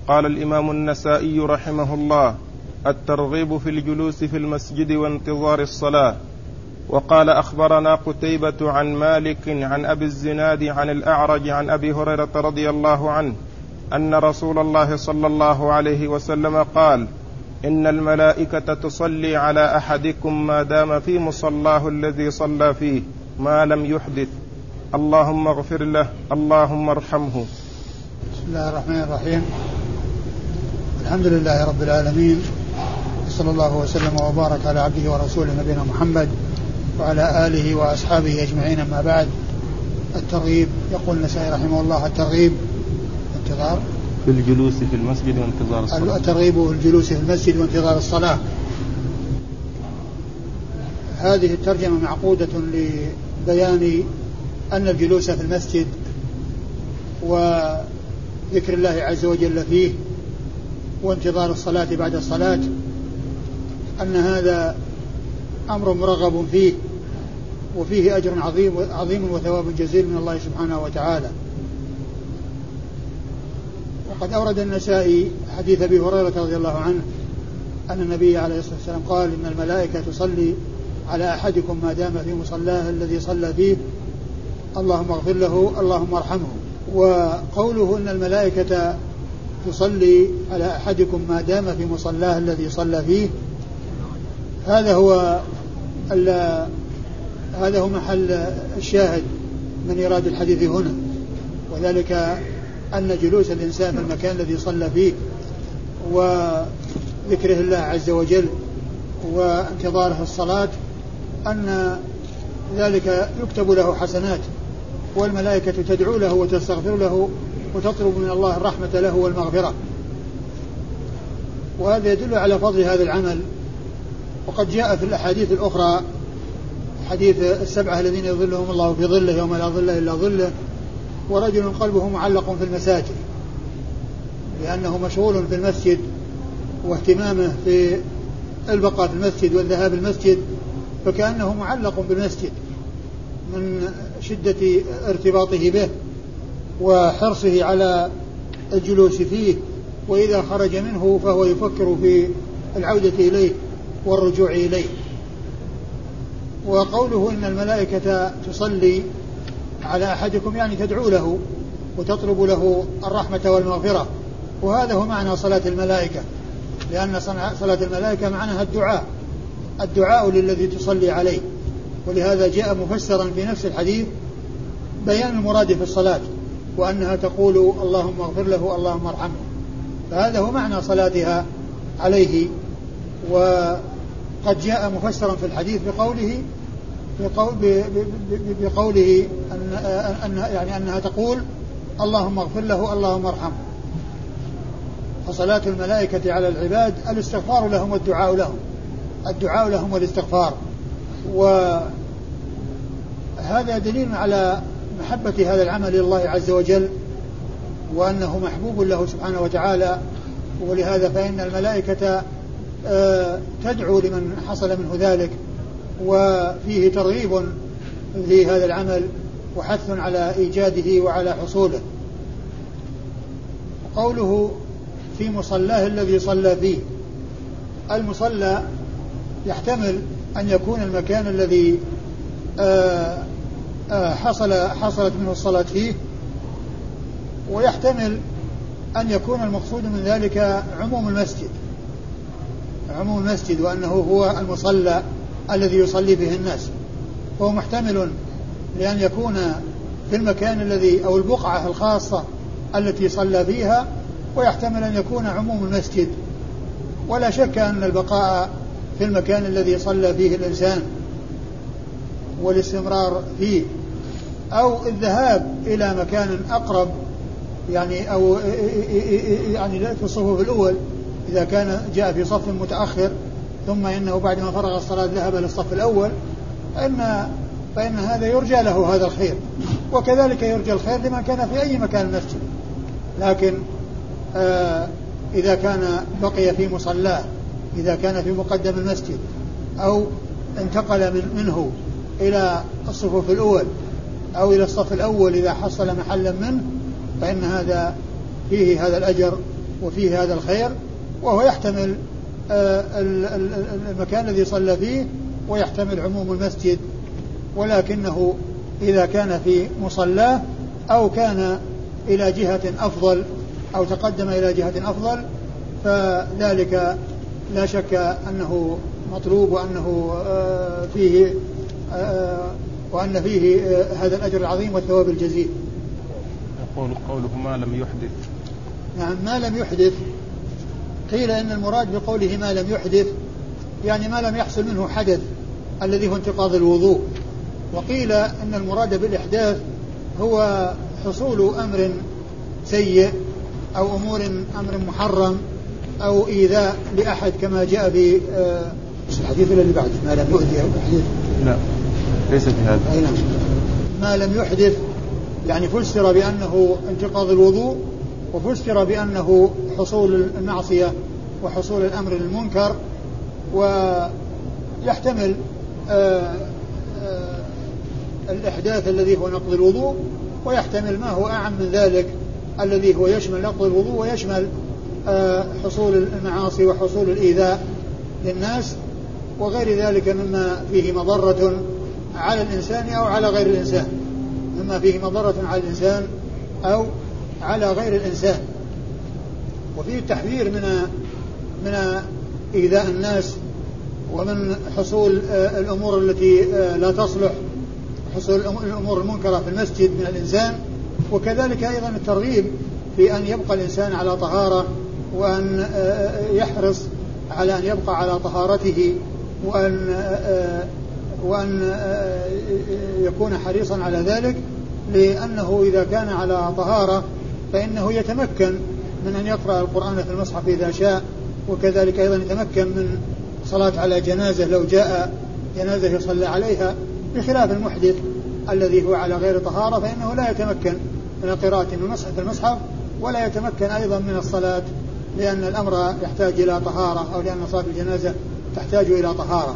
قال الإمام النسائي رحمه الله: الترغيب في الجلوس في المسجد وانتظار الصلاة. وقال: أخبرنا قتيبة عن مالك عن أبي الزناد عن الأعرج عن أبي هريرة رضي الله عنه أن رسول الله صلى الله عليه وسلم قال: إن الملائكة تصلي على أحدكم ما دام في مصلاه الذي صلى فيه ما لم يحدث، اللهم اغفر له، اللهم ارحمه. بسم الله الرحمن الرحيم. الحمد لله رب العالمين، صلى الله وسلم وبارك على عبده ورسوله نبينا محمد وعلى آله وأصحابه أجمعين. أما بعد، الترغيب، يقول النسائي رحمه الله: الترغيب انتظار في الجلوس في المسجد وانتظار الصلاة. الترغيب في الجلوس في المسجد وانتظار الصلاة. هذه الترجمة معقودة لبيان أن الجلوس في المسجد وذكر الله عز وجل فيه وانتظار الصلاة بعد الصلاة أن هذا أمر مرغب فيه، وفيه أجر عظيم وثواب جزيل من الله سبحانه وتعالى. وقد أورد النسائي حديث أبي هريرة رضي الله عنه أن النبي عليه الصلاة والسلام قال: إن الملائكة تصلي على أحدكم ما دام في مصلاه الذي صلى فيه، اللهم اغفر له، اللهم ارحمه. وقوله إن الملائكة تصلي على أحدكم ما دام في مصلاه الذي صلى فيه، هذا هو محل الشاهد من إيراد الحديث هنا، وذلك أن جلوس الإنسان في المكان الذي صلى فيه وذكره الله عز وجل وانتظاره الصلاة أن ذلك يكتب له حسنات، والملائكة تدعو له وتستغفر له وتطلب من الله الرحمة له والمغفرة. وهذا يدل على فضل هذا العمل. وقد جاء في الأحاديث الأخرى حديث 7 الذين يظلهم الله في ظله يوم لا ظل إلا ظله، ورجل قلبه معلق في المساجد، لأنه مشغول في المسجد واهتمامه في البقاء في المسجد والذهاب المسجد، فكأنه معلق بالمسجد من شدة ارتباطه به وحرصه على الجلوس فيه، وإذا خرج منه فهو يفكر في العودة إليه والرجوع إليه. وقوله إن الملائكة تصلي على أحدكم يعني تدعو له وتطلب له الرحمة والمغفرة، وهذا هو معنى صلاة الملائكة، لأن صلاة الملائكة معناها الدعاء للذي تصلي عليه. ولهذا جاء مفسرا في نفس الحديث بيان المراد في الصلاة، وأنها تقول اللهم اغفر له، اللهم ارحمه. فهذا هو معنى صلاتها عليه. وقد جاء مفسرا في الحديث بقوله أنها تقول اللهم اغفر له، اللهم ارحمه. فصلاة الملائكة على العباد الاستغفار لهم والدعاء لهم، الدعاء لهم والاستغفار. وهذا دليل على محبة هذا العمل لله عز وجل، وأنه محبوب له سبحانه وتعالى. ولهذا فإن الملائكة تدعو لمن حصل منه ذلك، وفيه ترغيب في هذا العمل وحث على إيجاده وعلى حصوله. قوله في مصلاه الذي صلى فيه، المصلى يحتمل أن يكون المكان الذي حصلت منه الصلاة فيه، ويحتمل أن يكون المقصود من ذلك عموم المسجد، وأنه هو المصلى الذي يصلي به الناس. فهو محتمل لأن يكون في المكان الذي أو البقعة الخاصة التي صلى فيها، ويحتمل أن يكون عموم المسجد. ولا شك أن البقاء في المكان الذي صلى فيه الإنسان والاستمرار فيه، أو الذهاب إلى مكان أقرب أو في الصفوف الأول، إذا كان جاء في صف متأخر ثم إنه بعد ما فرغ الصلاة ذهب للصف الأول، فإن هذا يرجى له هذا الخير، وكذلك يرجى الخير لمن كان في أي مكان المسجد. لكن إذا كان بقي في مصلاه، إذا كان في مقدم المسجد، أو انتقل منه إلى الصفوف الأول أو إلى الصف الأول إذا حصل محلا منه، فإن هذا فيه هذا الأجر وفيه هذا الخير، وهو يحتمل المكان الذي صلى فيه ويحتمل عموم المسجد، ولكنه إذا كان في مصلاه أو كان إلى جهة أفضل أو تقدم إلى جهة أفضل فذلك لا شك أنه مطلوب وأن فيه هذا الأجر العظيم والثواب الجزيل. يقول قوله ما لم يحدث. نعم، ما لم يحدث، قيل إن المراد بقوله ما لم يحدث يعني ما لم يحصل منه حدث الذي هو انتقاض الوضوء، وقيل إن المراد بالإحداث هو حصول أمر سيء أو أمر محرم أو إيذاء لأحد كما جاء في الحديث الذي بعده ما لم يؤذي أو يحدث. لا ليس في هذا. أي نعم. ما لم يحدث يعني فسر بأنه انتقاض الوضوء، وفسر بأنه حصول المعصية وحصول الأمر المنكر، ويحتمل الإحداث الذي هو نقض الوضوء، ويحتمل ما هو أعم من ذلك الذي هو يشمل نقض الوضوء ويشمل حصول المعاصي وحصول الإيذاء للناس وغير ذلك مما فيه مضرة على الإنسان أو على غير الإنسان، مما فيه مضرة على الإنسان أو على غير الإنسان. وفيه التحذير من إيذاء الناس ومن حصول الأمور التي لا تصلح، حصول الأمور المنكرة في المسجد من الإنسان، وكذلك أيضا الترغيب في أن يبقى الإنسان على طهارة، وأن يحرص على أن يبقى على طهارته، وأن يكون حريصا على ذلك، لأنه إذا كان على طهارة فإنه يتمكن من أن يقرأ القرآن في المصحف إذا شاء، وكذلك أيضا يتمكن من صلاة على جنازة لو جاء جنازة يصلى عليها، بخلاف المحدث الذي هو على غير طهارة فإنه لا يتمكن من القراءة في المصحف ولا يتمكن أيضا من الصلاة، لأن الأمر يحتاج إلى طهارة، أو لأن صلاة الجنازة تحتاج إلى طهارة.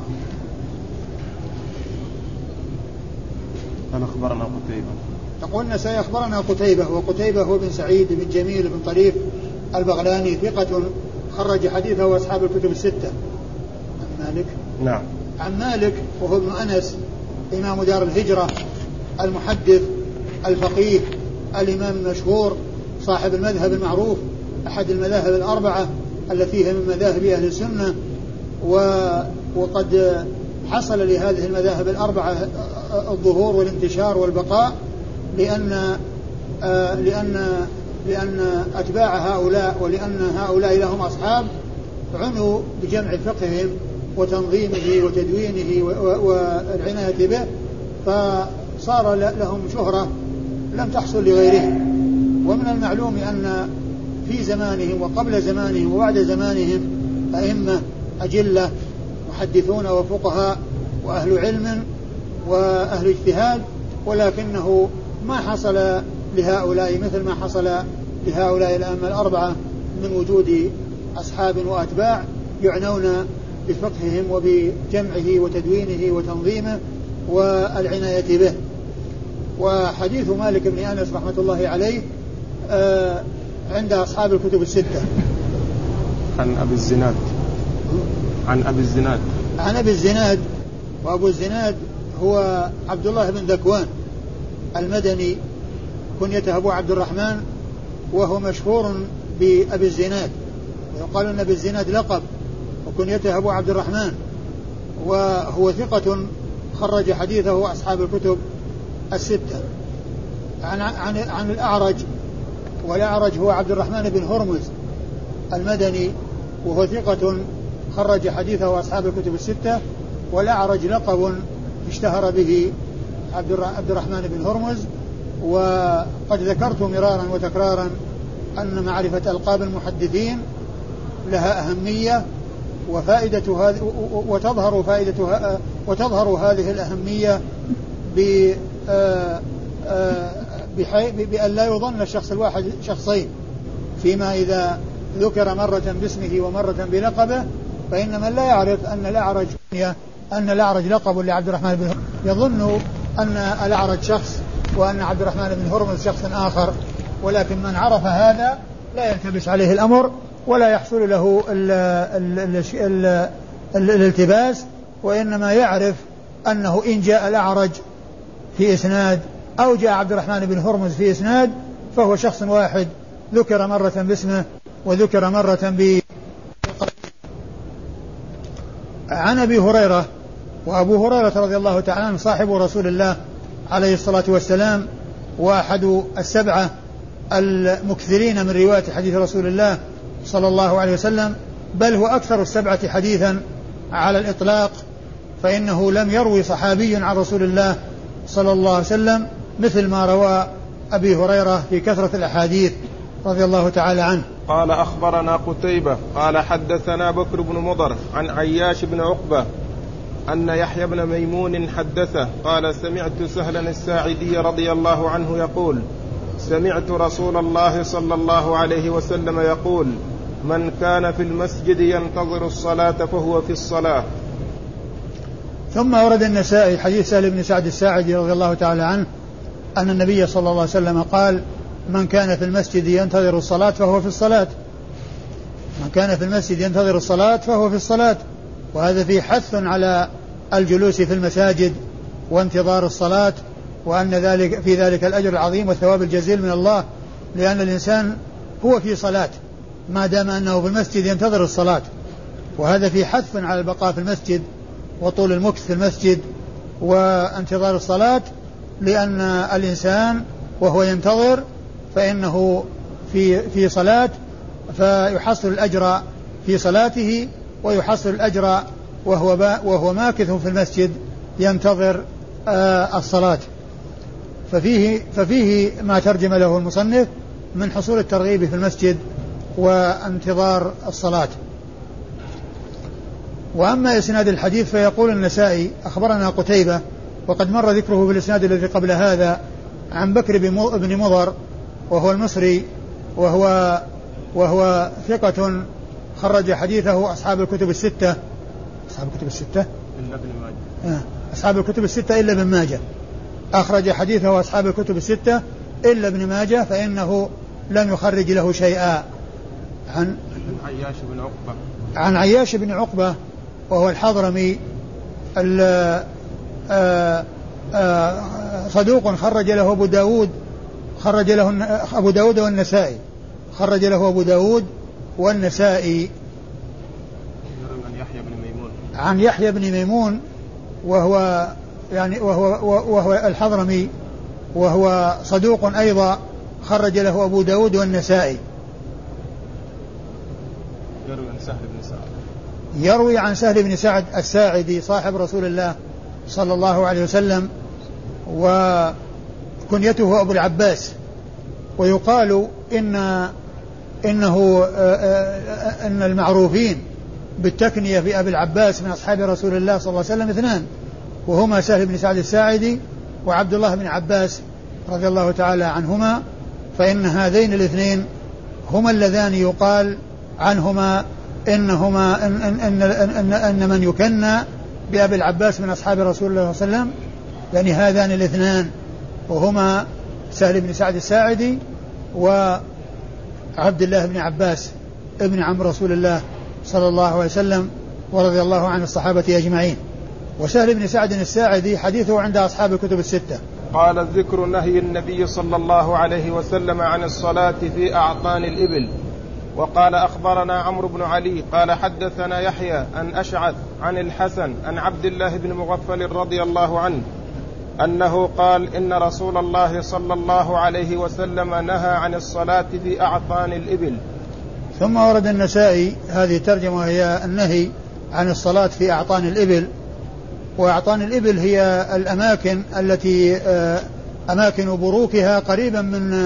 قال أخبرنا قتيبة. تقولنا سيخبرنا قتيبة، وقتيبة هو بن سعيد بن جميل بن طريف البغلاني ثقة خرج حديثه أصحاب الكتب الستة. عن مالك. نعم. عن مالك وهو ابن أنس إمام دار الهجرة المحدث الفقيه الإمام المشهور صاحب المذهب المعروف، أحد المذاهب الأربعة التي هي من مذاهب أهل السنة، وقد حصل لهذه المذاهب الأربعة الظهور والانتشار والبقاء لأن أتباع هؤلاء ولأن هؤلاء لهم أصحاب عنوا بجمع فقههم وتنظيمه وتدوينه والعناية به، فصار لهم شهرة لم تحصل لغيرهم. ومن المعلوم أن في زمانهم وقبل زمانهم وبعد زمانهم أئمة أجلة محدثون وفقهاء وأهل علم وأهل اجتهاد، ولكنه ما حصل لهؤلاء مثل ما حصل لهؤلاء الأئمة الأربعة من وجود أصحاب وأتباع يعنون بفقههم وبجمعه وتدوينه وتنظيمه والعناية به. وحديث مالك بن أنس رحمة الله عليه عند أصحاب الكتب الستة. عن أبي الزناد. عن أبي الزناد، وأبو الزناد هو عبد الله بن ذكوان المدني كنيته أبو عبد الرحمن، وهو مشهور بأبي الزناد، ويقال أن أبي الزناد لقب، وكنيته أبو عبد الرحمن، وهو ثقة خرج حديثه أصحاب الكتب الستة. عن الأعرج، والأعرج هو عبد الرحمن بن هرمز المدني، وهو ثقة خرج حديثه أصحاب الكتب الستة. والأعرج لقب اشتهر به عبد الرحمن بن هرمز. وقد ذكرت مرارا وتكرارا أن معرفة ألقاب المحدثين لها أهمية وفائدة وتظهر هذه الأهمية بأن لا يظن الشخص الواحد شخصين، فيما إذا ذكر مرة باسمه ومرة بلقبه، فإن من لا يعرف أن الأعرج لقب لعبد الرحمن بن هرمز يظن أن الأعرج شخص وأن عبد الرحمن بن هرمز شخص آخر، ولكن من عرف هذا لا يلتبس عليه الأمر ولا يحصل له الالتباس، وإنما يعرف أنه إن جاء الأعرج في إسناد أو جاء عبد الرحمن بن هرمز في إسناد فهو شخص واحد ذكر مرة باسمه وذكر مرة عن أبي هريرة. وأبو هريرة رضي الله تعالى عنه صاحب رسول الله عليه الصلاة والسلام، وأحد السبعة المكثرين من رواية حديث رسول الله صلى الله عليه وسلم، بل هو أكثر السبعة حديثا على الإطلاق، فإنه لم يروي صحابي عن رسول الله صلى الله عليه وسلم مثل ما روى أبي هريرة في كثرة الأحاديث رضي الله تعالى عنه. قال أخبرنا قتيبة قال حدثنا بكر بن مضر عن عياش بن عقبة أن يحيى بن ميمون حدثه قال سمعت سهلا الساعدي رضي الله عنه يقول سمعت رسول الله صلى الله عليه وسلم يقول من كان في المسجد ينتظر الصلاة فهو في الصلاة. ثم ورد النسائي حديث سهل بن سعد الساعدي رضي الله تعالى عنه أن النبي صلى الله عليه وسلم قال من كان في المسجد ينتظر الصلاة فهو في الصلاة. من كان في المسجد ينتظر الصلاة فهو في الصلاة، وهذا فيه حث على الجلوس في المساجد وانتظار الصلاة، وأن ذلك في ذلك الأجر العظيم والثواب الجزيل من الله، لأن الإنسان هو في صلاة ما دام أنه في المسجد ينتظر الصلاة، وهذا فيه حث على البقاء في المسجد وطول المكث في المسجد وانتظار الصلاة، لأن الإنسان وهو ينتظر فإنه في صلاة، فيحصل الأجر في صلاته ويحصل الأجر وهو ماكث في المسجد ينتظر الصلاة. ففيه ما ترجم له المصنف من حصول الترغيب في المسجد وانتظار الصلاة. وأما إسناد الحديث فيقول النسائي أخبرنا قتيبة، وقد مر ذكره في الإسناد الذي قبل هذا عن بكر بن مضر وهو المصري وهو ثقة خرج حديثه أصحاب الكتب الستة أصحاب الكتب الستة إلا ابن ماجه، أخرج حديثه أصحاب الكتب الستة إلا ابن ماجه فإنه لم يخرج له شيئا. عن عياش بن عقبة وهو الحضرمي صدوق خرج له أبو داود والنسائي، خرج له أبو داود والنسائي. عن يحيى بن ميمون وهو الحضرمي وهو صدوق أيضا خرج له أبو داود والنسائي. يروي عن سهل بن سعد الساعدي صاحب رسول الله صلى الله عليه وسلم، وكنيته أبو العباس، ويقال إن المعروفين بالتكنية في أبي العباس من أصحاب رسول الله صلى الله عليه وسلم اثنان، وهما سهل بن سعد الساعدي وعبد الله بن عباس رضي الله تعالى عنهما، فإن هذين الاثنين هما اللذان يقال عنهما إن من يكنى بأبي العباس من أصحاب رسول الله صلى الله عليه وسلم، يعني هذان الاثنان وهما سهل بن سعد الساعدي وعبد الله بن عباس ابن عم رسول الله صلى الله عليه وسلم ورضي الله عن الصحابة أجمعين. وسهل بن سعد الساعدي حديثه عند أصحاب الكتب الستة. قال الذكر نهي النبي صلى الله عليه وسلم عن الصلاة في أعطان الإبل. وقال أخبرنا عمرو بن علي قال حدثنا يحيى عن أشعث عن الحسن عن عبد الله بن مغفل رضي الله عنه أنه قال إن رسول الله صلى الله عليه وسلم نهى عن الصلاة في أعطان الإبل. ثم ورد النسائي هذه الترجمة هي النهي عن الصلاة في أعطان الإبل. وأعطان الإبل هي الأماكن التي أماكن بروكها قريبا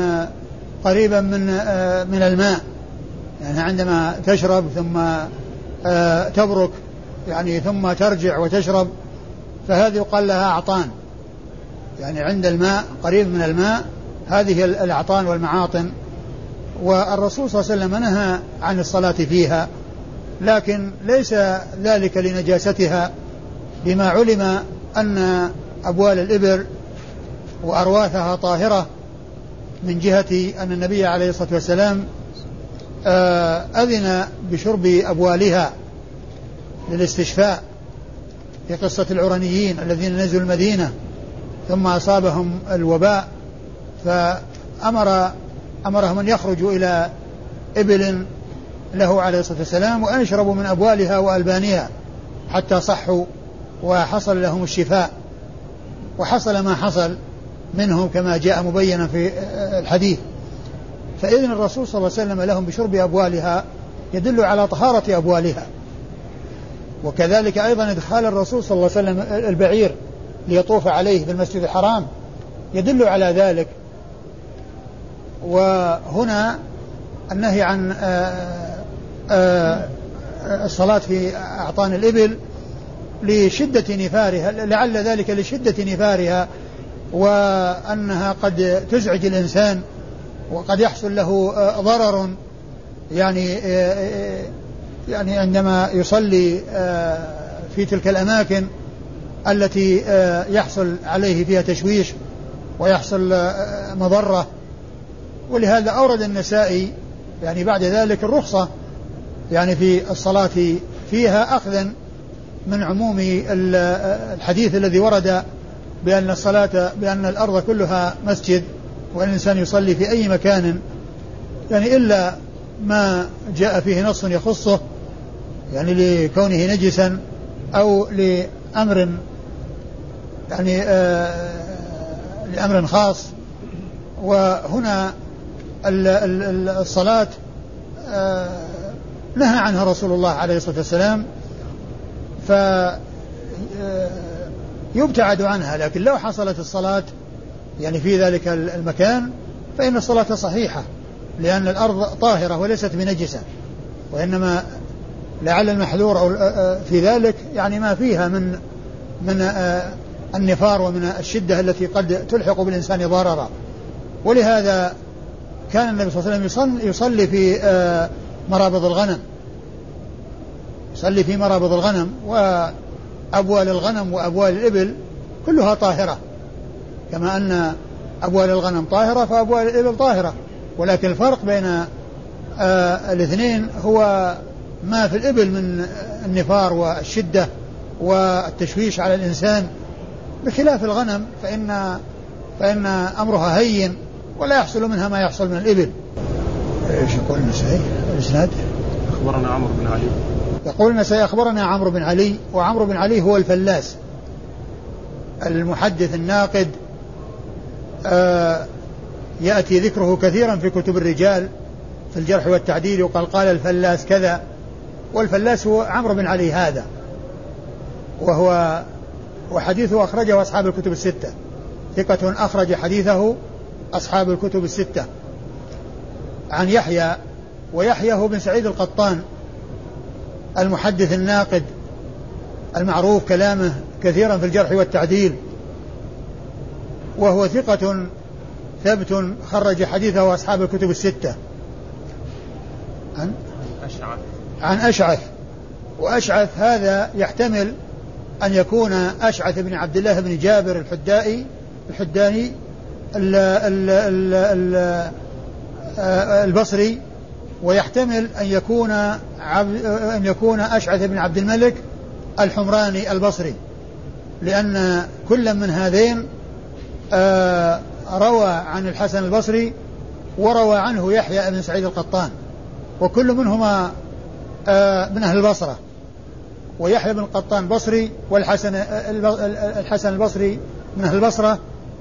من الماء، يعني عندما تشرب ثم تبرك يعني ثم ترجع وتشرب، فهذه يقال لها أعطان، يعني عند الماء قريب من الماء، هذه الأعطان والمعاطن. والرسول صلى الله عليه وسلم نهى عن الصلاة فيها، لكن ليس ذلك لنجاستها، بما علم أن أبوال الإبل وأرواثها طاهرة، من جهة أن النبي عليه الصلاة والسلام أذن بشرب أبوالها للاستشفاء في قصة العرنيين الذين نزلوا المدينة ثم أصابهم الوباء، فأمرهم أن يخرجوا إلى إبل له عليه الصلاة والسلام وأن يشربوا من أبوالها وألبانها حتى صحوا وحصل لهم الشفاء، وحصل ما حصل منهم كما جاء مبينا في الحديث. فإذن الرسول صلى الله عليه وسلم لهم بشرب أبوالها يدل على طهارة أبوالها، وكذلك أيضا إدخال الرسول صلى الله عليه وسلم البعير ليطوف عليه في المسجد الحرام يدل على ذلك. وهنا النهي عن الصلاة في أعطان الإبل لشدة نفارها، لعل ذلك لشدة نفارها وأنها قد تزعج الإنسان وقد يحصل له ضرر يعني عندما يصلي في تلك الأماكن التي يحصل عليه فيها تشويش ويحصل مضرة. ولهذا أورد النسائي يعني بعد ذلك الرخصة يعني في الصلاة فيها أخذا من عموم الحديث الذي ورد بأن الأرض كلها مسجد وأن الإنسان يصلي في أي مكان يعني إلا ما جاء فيه نص يخصه يعني لكونه نجسا أو لأمر يعني لأمر خاص. وهنا الصلاة نهى عنها رسول الله عليه الصلاة والسلام فيبتعد عنها، لكن لو حصلت الصلاة يعني في ذلك المكان فإن الصلاة صحيحة لأن الأرض طاهرة وليست بنجسة، وإنما لعل المحذور أو في ذلك يعني ما فيها من النفار ومن الشدة التي قد تلحق بالإنسان ضررا. ولهذا كان النبي صلى الله عليه وسلم يصلي في مرابض الغنم، يصلي في مرابض الغنم، وأبوال الغنم وأبوال الإبل كلها طاهرة، كما أن أبوال الغنم طاهرة فأبوال الإبل طاهرة، ولكن الفرق بين الاثنين هو ما في الإبل من النفار والشدة والتشويش على الإنسان، بخلاف الغنم فإن أمرها هين ولا يحصل منها ما يحصل من الإبل. ايش يقول النسائي الإسناد؟ أخبرنا عمرو بن علي. يقول النسائي أخبرنا عمرو بن علي، وعمرو بن علي هو الفلاس المحدث الناقد، يأتي ذكره كثيرا في كتب الرجال في الجرح والتعديل، وقال قال الفلاس كذا، والفلاس هو عمرو بن علي هذا، وحديثه أخرجه أصحاب الكتب الستة، ثقة أخرج حديثه أصحاب الكتب الستة. عن يحيى، ويحيى هو بن سعيد القطان المحدث الناقد المعروف كلامه كثيرا في الجرح والتعديل، وهو ثقة ثبت خرج حديثه أصحاب الكتب الستة. عن أشعث، وأشعث هذا يحتمل أن يكون أشعث بن عبد الله بن جابر الحداني البصري، ويحتمل أن يكون أشعث بن عبد الملك الحمراني البصري، لأن كل من هذين روى عن الحسن البصري وروى عنه يحيى بن سعيد القطان، وكل منهما من أهل البصرة، ويحيى بن القطان بصري والحسن البصري من أهل البصرة،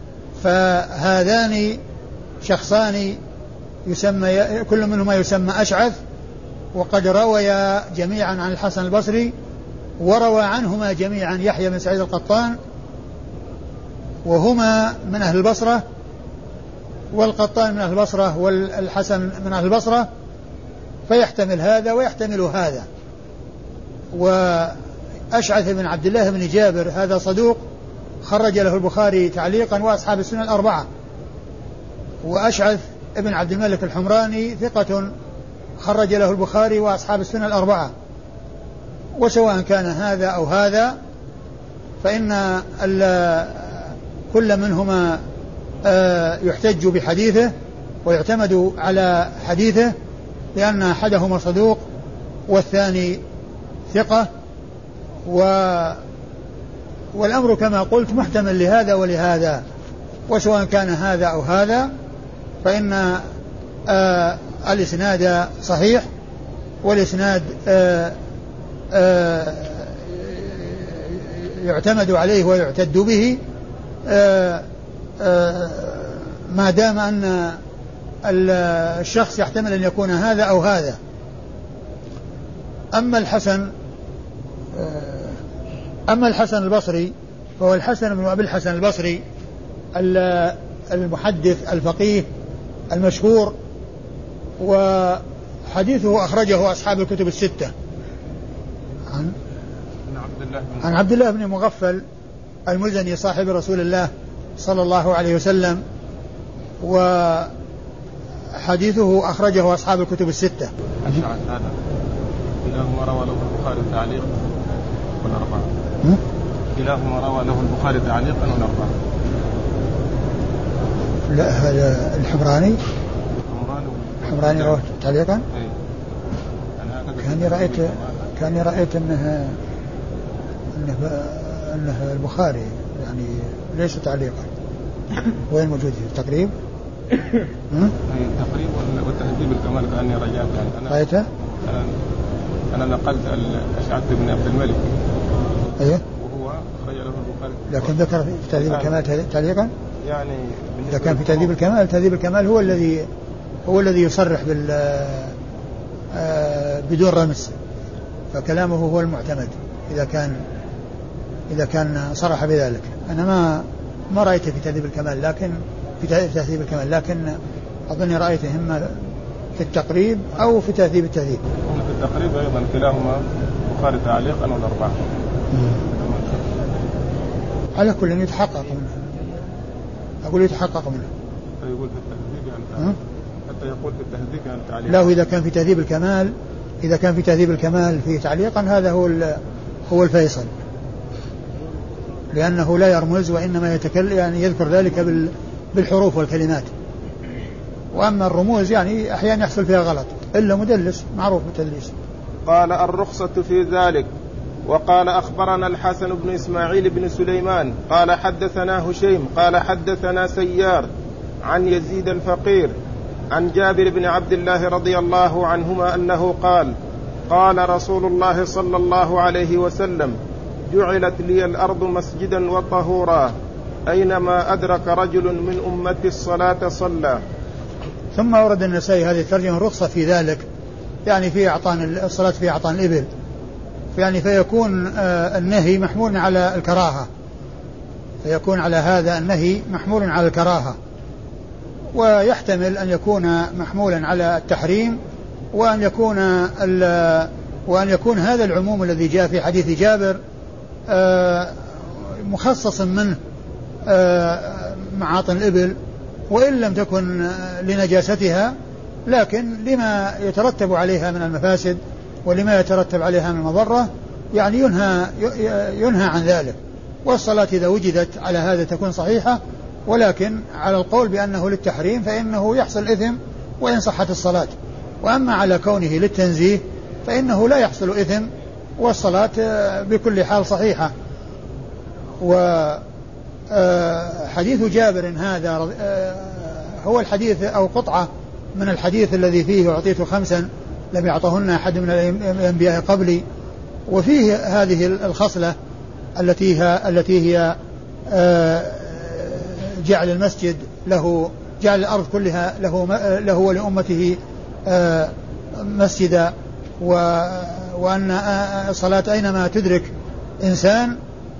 فهذان شخصان يسمى كل منهما يسمى أشعث، وقد رويا جميعا عن الحسن البصري، وروى عنهما جميعا يحيى بن سعيد القطان، وهما من أهل البصرة، والقطان من أهل البصرة والحسن من أهل البصرة، فيحتمل هذا ويحتمل هذا. وأشعث بن عبد الله بن جابر هذا صدوق خرج له البخاري تعليقا وأصحاب السنن الأربعة، وأشعث ابن عبد الملك الحمراني ثقة خرج له البخاري وأصحاب السنن الأربعة. وسواء كان هذا أو هذا فإن كل منهما يحتج بحديثه ويعتمد على حديثه، لأن أحدهما صدوق والثاني ثقة، والأمر كما قلت محتمل لهذا ولهذا، وسواء كان هذا أو هذا فإن الإسناد صحيح، والإسناد يعتمد عليه ويعتد به ما دام أن الشخص يحتمل أن يكون هذا أو هذا. أما الحسن البصري فهو الحسن بن أبي الحسن البصري المحدث الفقيه المشهور، وحديثه أخرجه أصحاب الكتب الستة عن عبد الله بن مغفل المزني صاحب رسول الله صلى الله عليه وسلم، وحديثه أخرجه أصحاب الكتب الستة. كلاهما روى له البخاري تعليقا والأربعة. كلاهما روى له البخاري تعليقا والأربعة. لا، هذا الحمراني رواه تعليقا. كاني رأيت أنه البخاري يعني ليس تعليقا. وين موجود في التقريب؟ التقريب والتهذيب الكمال كأني رجعت يعني رأيته؟ أنا نقلت أشعث بن عبد الملك. أيه. وهو خرج له البخاري. لكن ذكر في تهذيب الكمال تعليقا. يعني إذا كان في تهذيب الكمال هو الذي يصرح بدون رمز، فكلامه هو المعتمد إذا كان صرح بذلك. أنا ما رأيته في تهذيب الكمال، لكن في تهذيب الكمال، لكن أظني رأيته إما في التقريب أو في تهذيب التهذيب. في التقريب أيضا كلاهما بخاري تعليقا والأربعة. على كل يتحقق منه، أقول يتحقق منه. يقول في التهذيب يعني حتى يقول في التهذيب يعني تعليقا. لا، إذا كان في تهذيب الكمال في تعليقا هذا هو الفيصل، لأنه لا يرمز وإنما يتكلم يعني يذكر ذلك بالحروف والكلمات. وأما الرموز يعني أحيانا يحصل فيها غلط، إلا مدلس معروف بالتدليس. قال الرخصة في ذلك. وقال أخبرنا الحسن بن إسماعيل بن سليمان قال حدثنا هشيم قال حدثنا سيار عن يزيد الفقير عن جابر بن عبد الله رضي الله عنهما أنه قال قال رسول الله صلى الله عليه وسلم جعلت لي الأرض مسجدا وطهورا أينما أدرك رجل من أمتي الصلاة صلى. ثم ورد النسائي هذه الترجمة الرخصة في ذلك، يعني في الصلاة في أعطان الإبل، يعني فيكون النهي محمول على الكراهة، فيكون على هذا النهي محمول على الكراهة، ويحتمل أن يكون محمولا على التحريم، وأن يكون هذا العموم الذي جاء في حديث جابر مخصص منه معاطن الإبل، وإن لم تكن لنجاستها، لكن لما يترتب عليها من المفاسد ولما يترتب عليها من المضرة يعني ينهى عن ذلك. والصلاة إذا وجدت على هذا تكون صحيحة، ولكن على القول بأنه للتحريم فإنه يحصل إثم وإن صحت الصلاة، وأما على كونه للتنزيه فإنه لا يحصل إثم والصلاة بكل حال صحيحة. وحديث جابر هذا هو الحديث أو قطعة من الحديث الذي فيه أعطيت 5 لم يعطهن أحد من الأنبياء قبلي، وفيه هذه الخصلة التي هي جعل المسجد له، جعل الأرض كلها له ولأمته مسجدا، وأن الصلاة أينما تدرك إنسان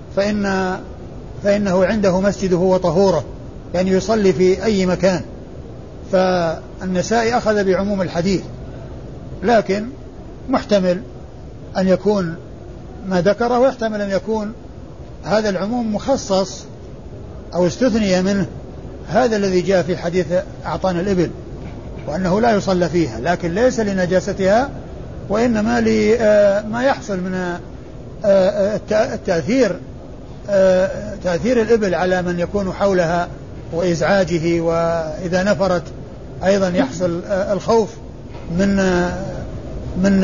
فإنه عنده مسجده وطهوره، يعني يصلي في أي مكان. فالنسائي أخذ بعموم الحديث، لكن محتمل أن يكون ما ذكره، ويحتمل أن يكون هذا العموم مخصص أو استثني منه هذا الذي جاء في حديث أعطان الإبل، وأنه لا يصلى فيها، لكن ليس لنجاستها، وإنما لما يحصل من تأثير الإبل على من يكون حولها وإزعاجه، وإذا نفرت أيضا يحصل الخوف من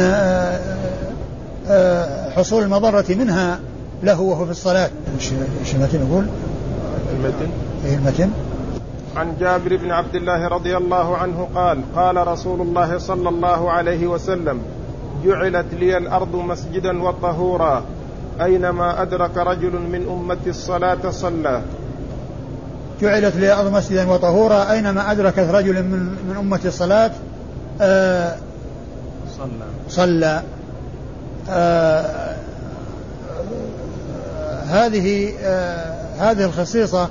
حصول المضرة منها له وهو في الصلاة. ايش المتن يقول؟ المتن عن جابر بن عبد الله رضي الله عنه قال قال رسول الله صلى الله عليه وسلم جعلت لي الأرض مسجدا وطهورا أينما أدرك رجل من أمتي الصلاة صلى. جعلت لي الأرض مسجدا وطهورا أينما أدركت رجل من أمتي الصلاة صلى. هذه الخصيصة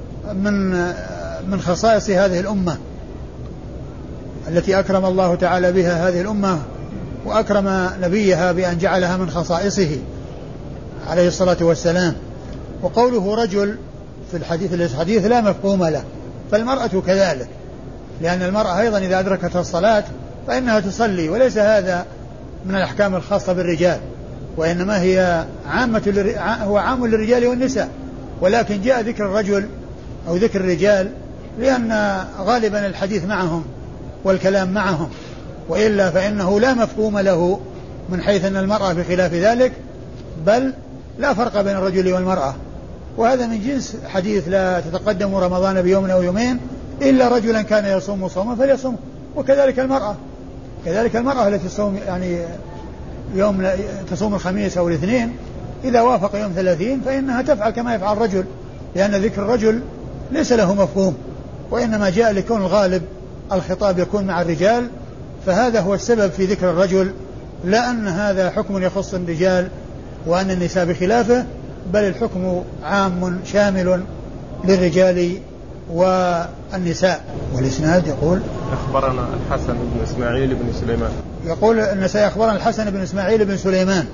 من خصائص هذه الأمة التي أكرم الله تعالى بها هذه الأمة، وأكرم نبيها بأن جعلها من خصائصه عليه الصلاة والسلام. وقوله رجل في الحديث لا مفهوم له، فالمرأة كذلك، لأن المرأة أيضا إذا أدركت الصلاة فإنها تصلي، وليس هذا من الأحكام الخاصة بالرجال، وإنما هو عام للرجال والنساء، ولكن جاء ذكر الرجل أو ذكر الرجال لأن غالبا الحديث معهم والكلام معهم، وإلا فإنه لا مفهوم له من حيث أن المرأة بخلاف ذلك، بل لا فرق بين الرجل والمرأة. وهذا من جنس حديث لا تتقدم رمضان بيوم أو يومين إلا رجلا كان يصوم صوما فليصوم. وكذلك المرأة التي تصوم يعني يوم تصوم الخميس أو الاثنين إذا وافق يوم 30 فإنها تفعل كما يفعل الرجل، لأن ذكر الرجل ليس له مفهوم، وإنما جاء لكون الغالب الخطاب يكون مع الرجال، فهذا هو السبب في ذكر الرجل، لا أن هذا حكم يخص الرجال وأن النساء بخلافه، بل الحكم عام شامل للرجال والنساء. والإسناد يقول أخبرنا الحسن بن إسماعيل بن سليمان، يقول النسائي أخبرنا الحسن بن إسماعيل بن سليمان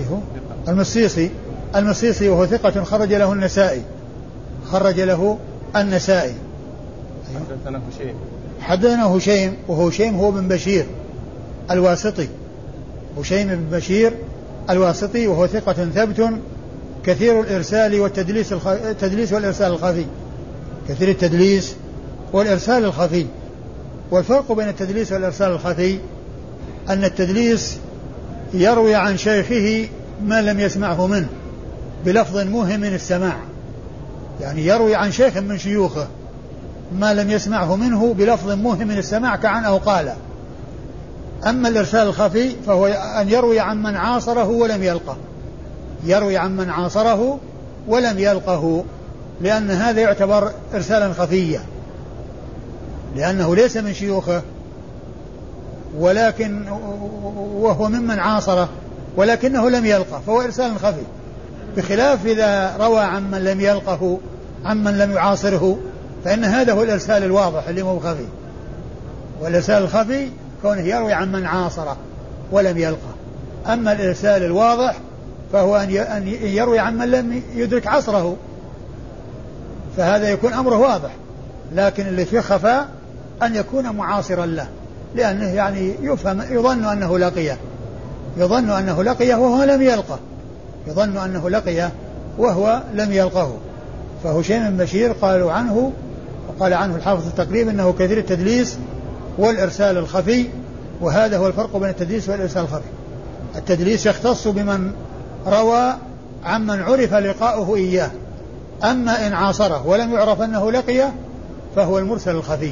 المصيصي وهو ثقة خرج له النسائي. حدثنا هشيم وهو هشيم هو بن بشير الواسطي، هشيم بن بشير الواسطي، وهو ثقة ثبت كثير الإرسال والتدليس والإرسال الخفي، كثير التدليس والإرسال الخفي. والفرق بين التدليس والإرسال الخفي أن التدليس يروي عن شيخه ما لم يسمعه منه بلفظ موهم من السماع، يعني يروي عن شيخ من شيوخه ما لم يسمعه منه بلفظ موهم من السماع كأنه قال. أما الإرسال الخفي فهو أن يروي عن من عاصره ولم يلقه، لأن هذا يعتبر إرسالا خفيا، لأنه ليس من شيوخه ولكن وهو ممن عاصره ولكنه لم يلقه، فهو إرسال خفي، بخلاف إذا روى عن من لم يلقه عن من لم يعاصره فإن هذا هو الإرسال الواضح اللي مو خفي. والإرسال الخفي كونه يروي عن من عاصره ولم يلقه. أما الإرسال الواضح فهو أن يروي عن من لم يدرك عصره، فهذا يكون أمره واضح. لكن اللي فيه خفاء أن يكون معاصرا له، لأنه يعني يظن أنه لقيه وهو لم يلقه. فهشيم بن بشير قال عنه الحافظ التقريب أنه كثير التدليس والإرسال الخفي، وهذا هو الفرق بين التدليس والإرسال الخفي. التدليس يختص بمن روى عمن عرف لقاؤه إياه، أما إن عاصره ولم يعرف أنه لقيه فهو المرسل الخفي.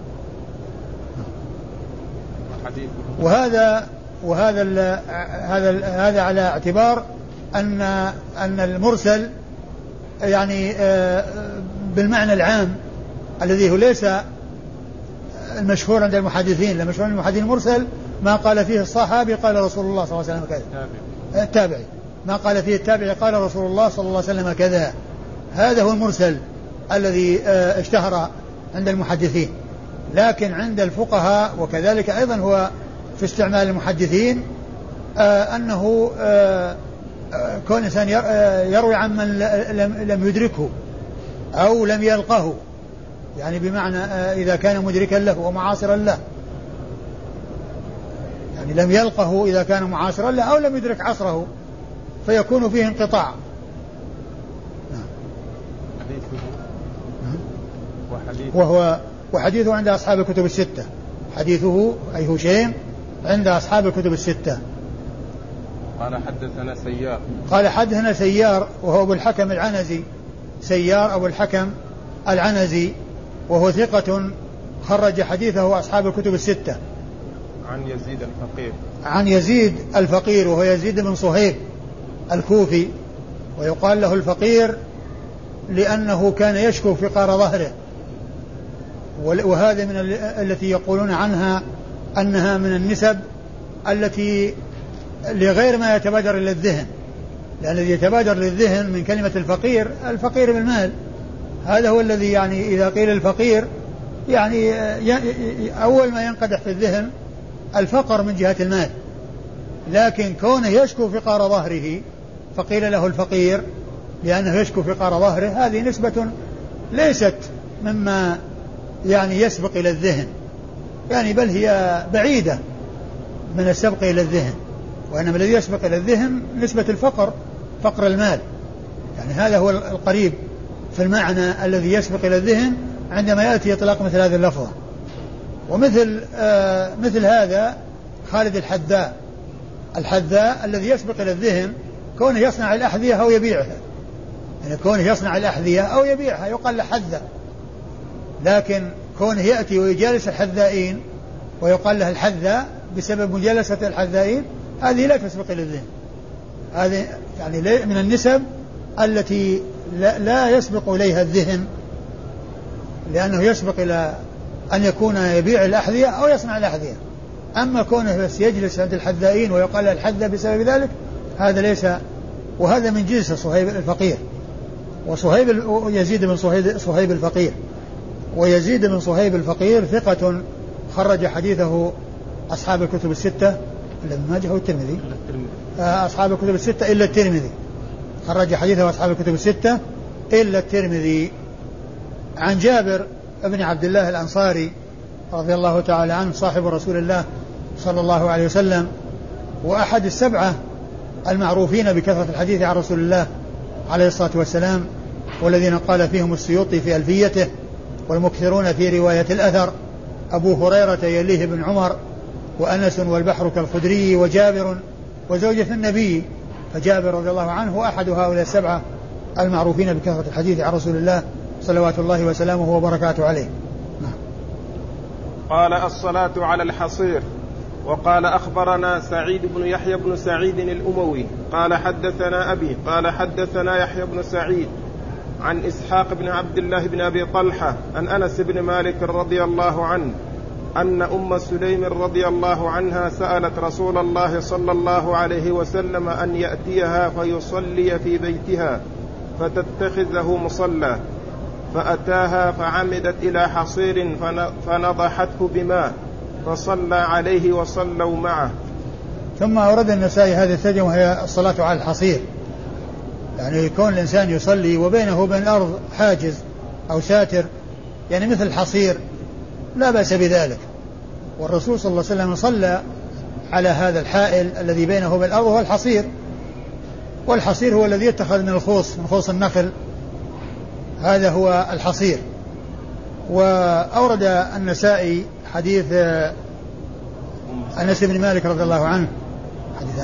وهذا على اعتبار أن المرسل يعني بالمعنى العام الذي هو ليس المشهور عند المحدثين. المشهور عند المحدثين المرسل ما قال فيه الصحابي قال رسول الله صلى الله عليه وسلم كذا، التابعي ما قال فيه التابعي قال رسول الله صلى الله عليه وسلم كذا، هذا هو المرسل الذي اشتهر عند المحدثين. لكن عند الفقهاء وكذلك أيضا هو في استعمال المحدثين أنه كون إنسان يروي عن من لم يدركه أو لم يلقه، يعني بمعنى إذا كان مدركا له ومعاصرا له، يعني لم يلقه إذا كان معاصرا له أو لم يدرك عصره فيكون فيه انقطاع. وحديثه عند أصحاب الكتب الستة، حديثه أي هشيم عند أصحاب الكتب الستة. قال حدثنا سيار وهو أبو الحكم العنزي، سيار أبو الحكم العنزي، وهو ثقة خرج حديثه أصحاب الكتب الستة. عن يزيد الفقير وهو يزيد بن صهيب الكوفي، ويقال له الفقير لأنه كان يشكو فقار ظهره، وهذا من التي يقولون عنها أنها من النسب التي لغير ما يتبادر إلى الذهن، لأن الذي يتبادر للذهن من كلمة الفقير بالمال، هذا هو الذي يعني إذا قيل الفقير يعني أول ما ينقدح في الذهن الفقر من جهة المال، لكن كونه يشكو فقار ظهره فقيل له الفقير لأنه يشكو فقار ظهره، هذه نسبة ليست مما يعني يسبق إلى الذهن، يعني بل هي بعيدة من السبق إلى الذهن، وإنما الذي يسبق إلى الذهن نسبة الفقر، فقر المال، يعني هذا هو القريب في المعنى الذي يسبق إلى الذهن عندما يأتي إطلاق مثل هذه اللفظة. ومثل مثل هذا خالد الحذاء الذي يسبق إلى الذهن كونه يصنع الأحذية أو يبيعها، يعني كونه يصنع الأحذية أو يبيعها يقال له حذاء، لكن كونه يأتي ويجالس الحذائين ويقال له الحذاء بسبب مجالسة الحذائين، هذه لا تسبق إلى الذهن، هذه يعني من النسب التي لا يسبق إليها الذهن، لأنه يسبق إلى أن يكون يبيع الأحذية أو يصنع الأحذية. أما كونه بس يجلس عند الحذائين ويقال له الحذاء بسبب ذلك، هذا ليس، وهذا من جنس صهيب الفقير، وصهيب يزيد بن صهيب الفقير، ويزيد بن صهيب الفقير ثقة خرج حديثه أصحاب الكتب الستة إلا ابن ماجه والترمذي، أصحاب الكتب الستة إلا الترمذي، خرج حديثه أصحاب الكتب الستة إلا الترمذي. عن جابر بن عبد الله الأنصاري رضي الله تعالى عنه صاحب رسول الله صلى الله عليه وسلم، وأحد السبعة المعروفين بكثرة الحديث عن رسول الله عليه الصلاة والسلام، والذين قال فيهم السيوطي في ألفيته والمكثرون في رواية الأثر، أبو هريرة يليه بن عمر، وأنس والبحر كالخدري، وجابر وزوجة النبي، فجابر رضي الله عنه هو أحد هؤلاء السبعة المعروفين بكثرة الحديث عن رسول الله صلوات الله وسلامه وبركاته عليه. قال الصلاة على الحصير. وقال أخبرنا سعيد بن يحيى بن سعيد الأموي قال حدثنا أبي قال حدثنا يحيى بن سعيد عن إسحاق بن عبد الله بن أبي طلحة عن أنس بن مالك رضي الله عنه أن أم سليم رضي الله عنها سألت رسول الله صلى الله عليه وسلم أن يأتيها فيصلي في بيتها فتتخذه مصلى، فأتاها فعمدت إلى حصير فنضحته بماء فصلى عليه وصلوا معه. ثم أورد النسائي هذه الترجمة وهي الصلاة على الحصير، يعني يكون الإنسان يصلي وبينه وبين الأرض حاجز أو ساتر، يعني مثل الحصير لا بأس بذلك، والرسول صلى الله عليه وسلم صلى على هذا الحائل الذي بينه وبين الأرض هو الحصير، والحصير هو الذي يتخذ من الخوص، من خوص النخل، هذا هو الحصير. وأورد النسائي حديث أنس بن مالك رضي الله عنه، حديث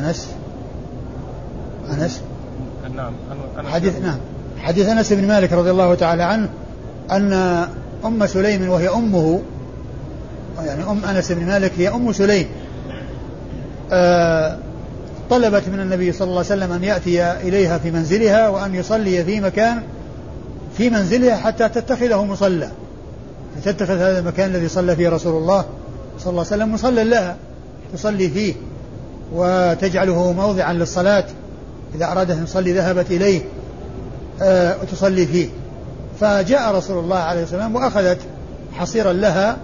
أنس حديث أنس بن مالك رضي الله تعالى عنه أن أم سليم وهي أمه، يعني أم أنس بن مالك هي أم سليم، طلبت من النبي صلى الله عليه وسلم أن يأتي إليها في منزلها وأن يصلي في مكان في منزلها حتى تتخذه مصلى، تتخذ هذا المكان الذي صلى فيه رسول الله صلى الله عليه وسلم مصلى لها تصلي فيه وتجعله موضعا للصلاة، إذا أرادت أن تصلي ذهبت إليه وتصلي فيه. فجاء رسول الله عليه السلام وأخذت حصيرا لها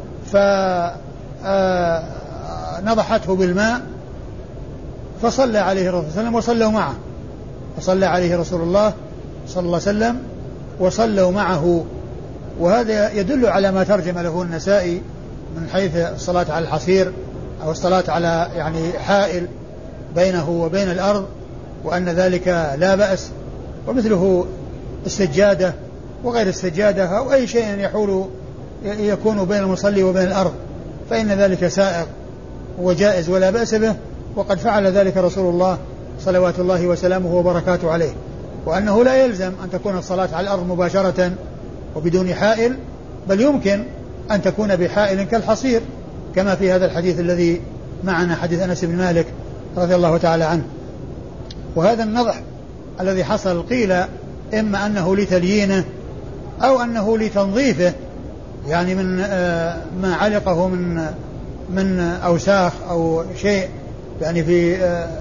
فنضحته بالماء فصلى عليه الرسول صلى الله عليه وسلم وصلوا معه، فصلى عليه رسول الله صلى الله عليه وسلم وصلوا معه. وهذا يدل على ما ترجم له النسائي من حيث الصلاة على الحصير أو الصلاة على يعني حائل بينه وبين الأرض، وأن ذلك لا بأس، ومثله السجادة وغير السجادة أو أي شيء يحول يكون بين المصلي وبين الأرض فإن ذلك سائغ وجائز ولا بأس به، وقد فعل ذلك رسول الله صلوات الله وسلامه وبركاته عليه، وأنه لا يلزم أن تكون الصلاة على الأرض مباشرة وبدون حائل، بل يمكن أن تكون بحائل كالحصير كما في هذا الحديث الذي معنا، حديث أنس بن مالك رضي الله تعالى عنه. وهذا النضح الذي حصل قيل إما أنه لتليينه أو أنه لتنظيفه، يعني من ما علقه من أوساخ أو شيء يعني في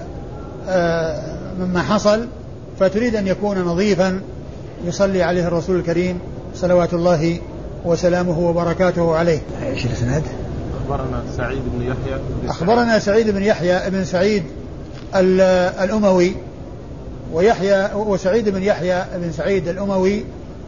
مما حصل، فتريد أن يكون نظيفا يصلي عليه الرسول الكريم صلوات الله وسلامه وبركاته عليه. ايش الاسناد؟ أخبرنا سعيد بن يحيى بن سعيد الأموي، وسعيد بن يحيى بن سعيد الأموي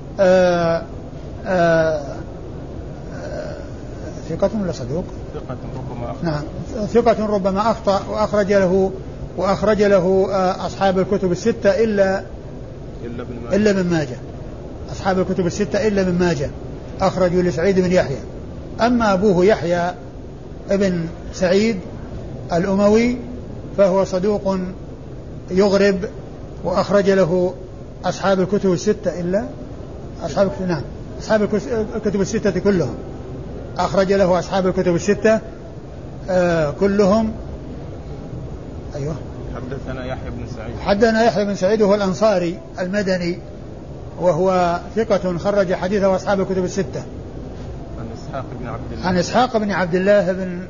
ثقة ولا صدوق؟ ثقة ربما أخطأ. نعم ثقة ربما أخطأ، وأخرج له أصحاب الكتب الستة إلا ابن ماجه. أصحاب الكتب الستة إلا ابن ماجه أخرجوا لسعيد بن يحيى. أما أبوه يحيى ابن سعيد الأموي فهو صدوق يغرب، وأخرج له أصحاب الكتب الستة إلا أصحاب الكتب الستة كلهم، أخرج له أصحاب الكتب الستة كلهم. أيوه. حدثنا يحيى بن سعيد وهو الأنصاري المدني، وهو ثقة خرج حديثه أصحاب الكتب الستة. عن إسحاق بن عبد الله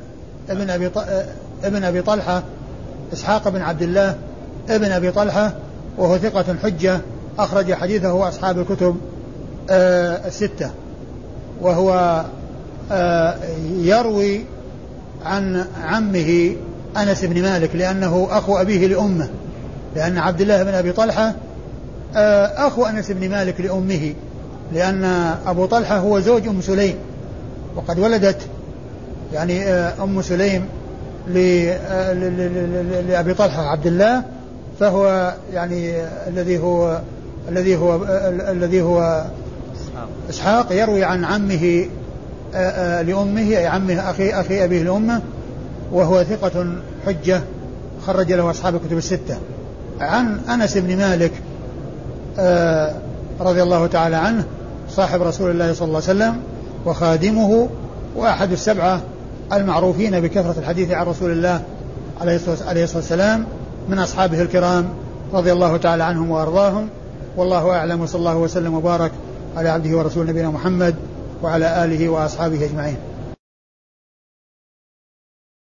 ابن أبي طلحة، إسحاق بن عبد الله ابن أبي طلحة، وهو ثقة حجة أخرج حديثه أصحاب الكتب الستة، وهو يروي عن عمه أنس بن مالك لأنه أخو أبيه لأمه، لأن عبد الله بن أبي طلحة أخو أنس بن مالك لأمه، لأن أبو طلحة هو زوج أم سليم، وقد ولدت يعني أم سليم لأبي طلحة عبد الله، فهو يعني الذي هو إسحاق يروي عن عمه لأمه، أي عمه أخي أبيه لأمه، وهو ثقة حجة خرج له أصحاب الكتب الستة. عن أنس بن مالك رضي الله تعالى عنه صاحب رسول الله صلى الله عليه وسلم وخادمه، وأحد السبعة المعروفين بكثرة الحديث عن رسول الله عليه الصلاة والسلام من أصحابه الكرام رضي الله تعالى عنهم وأرضاهم. والله أعلم، وصلى الله وسلم وبارك على عبده ورسول نبينا محمد وعلى آله وأصحابه أجمعين.